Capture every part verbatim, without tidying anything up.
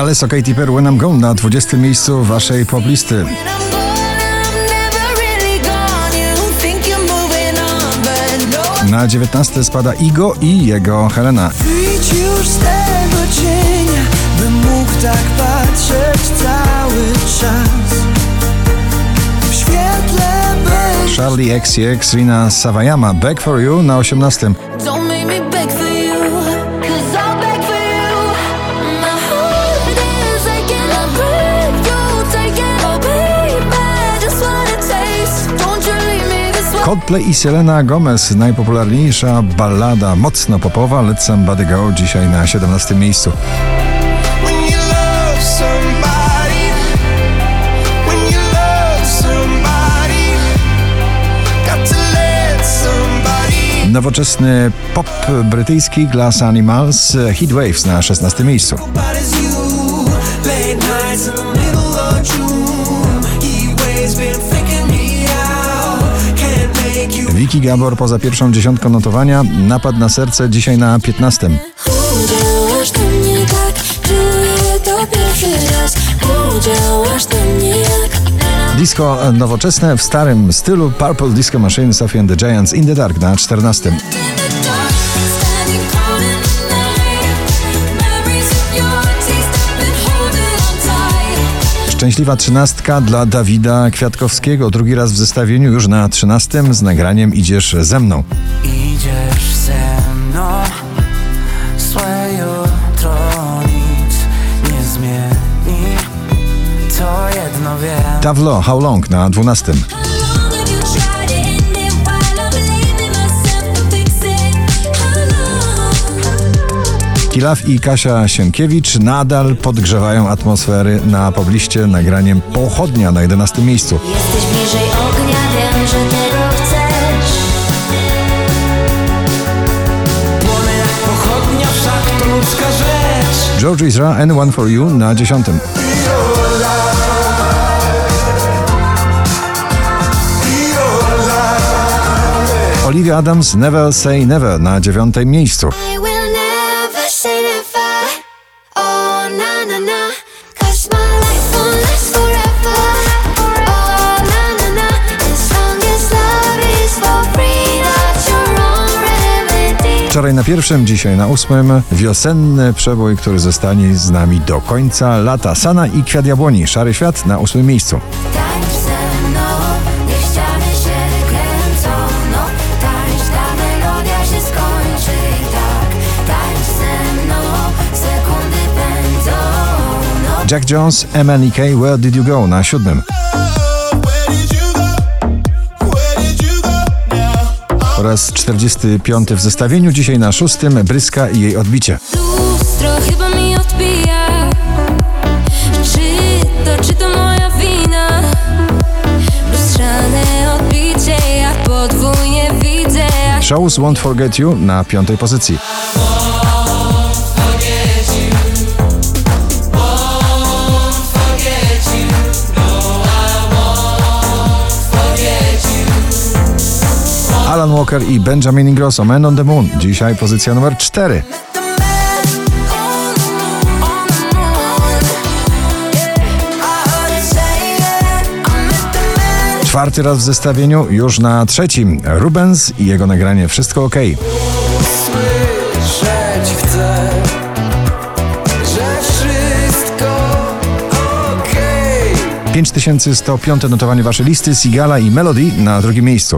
Alesso, Katy Perry, When I'm Gone na dwudziestym miejscu waszej poplisty. Na dziewiętnaste spada Igo i jego Helena. Wyjdź już z tego cienia, bym mógł tak patrzeć cały czas. W świetle być. Charli X C X, Rina Sawayama, Back for You na osiemnastym. Coldplay i Selena Gomez, najpopularniejsza ballada mocno popowa, Let Somebody Go, dzisiaj na siedemnastym miejscu. Nowoczesny pop brytyjski Glass Animals, Heat Waves na szesnastym miejscu. Vicky Gabor poza pierwszą dziesiątką notowania, Napad na serce dzisiaj na piętnastym. Udziałasz do mnie tak, czuję to pierwszy raz. Udziałasz do mnie jak... Disco nowoczesne w starym stylu, Purple Disco Machine, Sophie and the Giants, In the Dark na czternastym. Szczęśliwa trzynastka dla Dawida Kwiatkowskiego. Drugi raz w zestawieniu, już na trzynastym z nagraniem Idziesz ze mną. Idziesz ze mną, złe jutro nic nie zmieni, to jedno wiem. Tavlo, How Long na dwunastym. Kilaf i Kasia Sienkiewicz nadal podgrzewają atmosfery na pobliście nagraniem Pochodnia na jedenastym miejscu. Jesteś bliżej ognia, wiem, że tego chcesz. Płonę jak pochodnia, wszak to ludzka rzecz. George Ezra, Anyone for You na dziesiątym. Olivia Adams, Never Say Never na dziewiątym miejscu. Wczoraj na pierwszym, dzisiaj na ósmym. Wiosenny przebój, który zostanie z nami do końca lata. Sana i Kwiat Jabłoni, Szary Świat na ósmym miejscu. Jack Jones, M N E K, Where Did You Go na siódmym. Oraz czterdziesty piąty w zestawieniu, dzisiaj na szóstym, Bryska i jej Odbicie. Lustro chyba mi odbija. Czy to, czy to moja wina? Lustrzane odbicie, ja podwójnie widzę. Shows Won't Forget You na piątej pozycji. Alan Walker i Benjamin Ingrosso, Man on the Moon. Dzisiaj pozycja numer cztery. Czwarty raz w zestawieniu, już na trzecim. Rubens i jego nagranie Wszystko OK. Słyszeć chcę, że wszystko OK. pięć tysięcy sto piąte notowanie waszej listy, Sigala i Melody na drugim miejscu.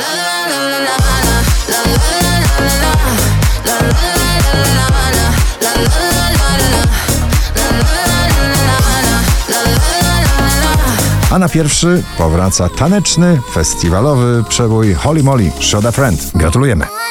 A na pierwszy powraca taneczny, festiwalowy przebój Holy Moly, Shot a Friend. Gratulujemy.